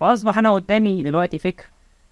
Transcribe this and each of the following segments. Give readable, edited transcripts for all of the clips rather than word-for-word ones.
فاصبح انا قدامي دلوقتي فكر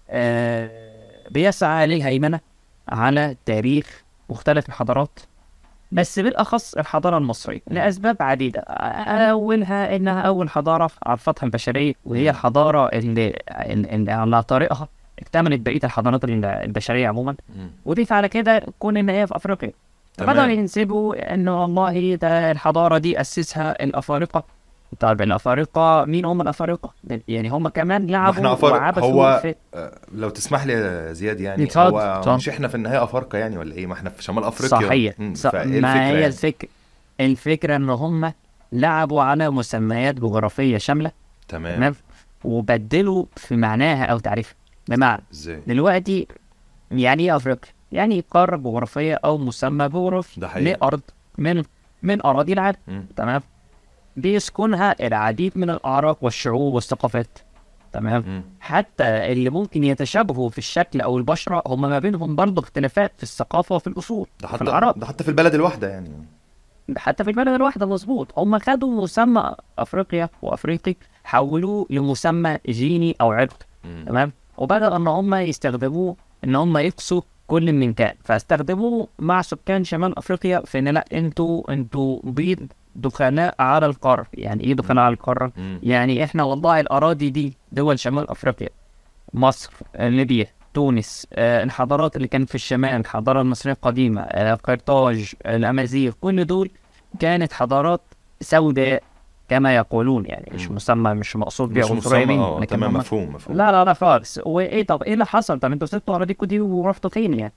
بيسعى للهيمنه على تاريخ مختلف الحضارات، بس بالاخص الحضاره المصريه لاسباب عديده. اولها انها اول حضاره عرفتها البشريه، وهي الحضاره اللي على طريقها اكتملت بقيه الحضارات البشريه عموما. وضيف على كده كون ان هي في افريقيا، بدأوا ينسبوا انه والله ده الحضاره دي اسسها الافارقه. طيب الافارقه مين هم الافارقه؟ يعني هم كمان لعبوا وعبثوا في. لو تسمح لي يا زياد، يعني اتفضل هو اتفضل. مش احنا في النهايه افارقه يعني ولا ايه؟ ما احنا في شمال افريقيا. صحيح فايه ما الفكره هي يعني؟ الفكره ان هم لعبوا على مسميات جغرافيه شامله. تمام. وبدلوا في معناها او تعريفها. بمعنى ازاي؟ دلوقتي يعني ايه افريقيا؟ يعني قاره جغرافيه او مسمى جغرافي ده حقيقي. لارض من اراضي العالم. تمام. بيسكنها العديد من الاعراق والشعوب والثقافات. تمام. حتى اللي ممكن يتشابهوا في الشكل او البشره، هم ما بينهم برضه اختلافات في الثقافه وفي الاصول. في الاعراق، ده حتى في البلد الواحده يعني. حتى في البلد الواحده. مظبوط. هم خدوا مسمى افريقيا وافريقي، حولوه لمسمى جيني او عرق. تمام. وبدأ ان هم يستخدموه ان هم يقصوا كل من كان، فاستخدموه مع سكان شمال افريقيا في ان لا انتوا بيض دخناء على القارة. يعني ايه دخناء على القارة؟ يعني احنا والله الاراضي دي دول شمال افريقيا، مصر، ليبيا، تونس، الحضارات اللي كانت في الشمال، الحضارة المصرية القديمة، قرطاج، الامازيغ، كل دول كانت حضارات سوداء كما يقولون. يعني مش مسمى، مش مقصود بيها عنصرية منهم، لكن تمام. مفهوم. لا خالص. وايه طب ايه اللي حصل؟ طب انتوا سبتوا اراضيكم دي ورحتوا فين يعني؟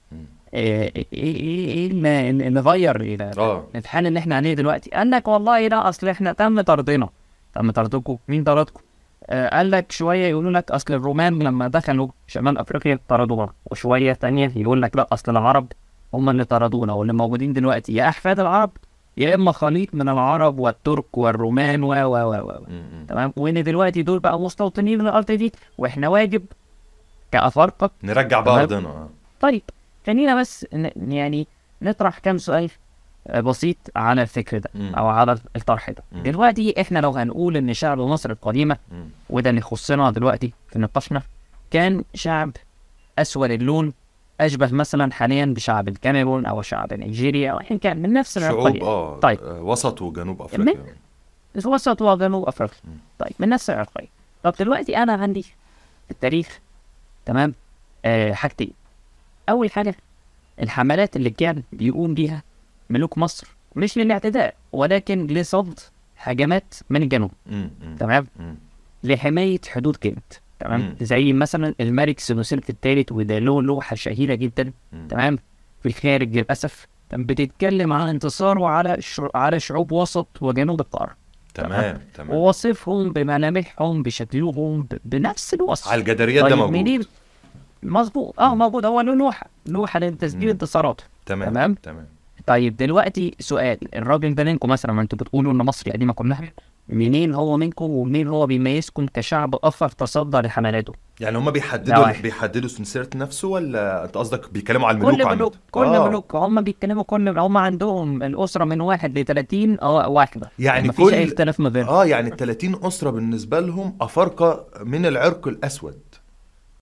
ايه اللي غير الامتحان اللي احنا عليه دلوقتي؟ قال لك والله لا، اصل احنا تم طردكم. مين طردكم؟ قال لك شويه يقولوا لك اصل الرومان لما دخلوا شمال افريقيا طردونا، وشويه تانية يقول لك لا اصل العرب هم اللي طردونا، واللي موجودين دلوقتي يا احفاد العرب يا اما خليط من العرب والترك والرومان و تمام. وان دلوقتي دول بقى مستوطنين الارض دي، واحنا واجب كأفارقة نرجع بأرضنا. طيب خلينا بس يعني نطرح كم سؤال بسيط على الفكر ده او على الطرح ده. دلوقتي احنا لو هنقول ان شعب مصر القديمة، وده اللي يخصنا دلوقتي في نقاشنا، كان شعب اسود اللون، اشبه مثلا حاليا بشعب الكاميرون او شعب نيجيريا او احنا كان من نفس العرقية. شعوب طيب وسط وجنوب افريقيا. وسط وجنوب افريقيا. طيب من نفس العرقية. طب دلوقتي انا عندي التاريخ، تمام، حاجتين. اول حاجة الحملات اللي كان بيقوم بيها ملوك مصر مش للاعتداء ولكن لصد هجمات من الجنوب. تمام. لحماية حدود كانت. تمام. زي مثلا الملك سنوسرت الثالث، وده له لوحة شهيرة جدا. تمام. في الخارج للأسف بتتكلم عن انتصاره على شعوب وسط وجنوب القارة. تمام. ووصفهم بملامحهم بشكلهم بنفس الوصف. على الجداريات ده موجود. مظبوط. موجود. هو له لوحة لتسجيل انتصاراته. تمام. طيب دلوقتي سؤال، الراجل ده منكم مثلا، ما انتوا بتقولوا ان مصر قديمة كلها، منين هو منكم ومنين هو بيميزكم كشعب اخر تصدى لحملاته؟ يعني هم بيحددوا سنسيرت نفسه، ولا انت قصدك بيتكلموا على الملوك؟ كل ملوك هم بيتكلموا، هم عندهم الاسره من 1 ل 30 واحده، يعني مفيش اي اختلاف ما بينهم. يعني ال 30 اسره بالنسبه لهم افارقه من العرق الاسود.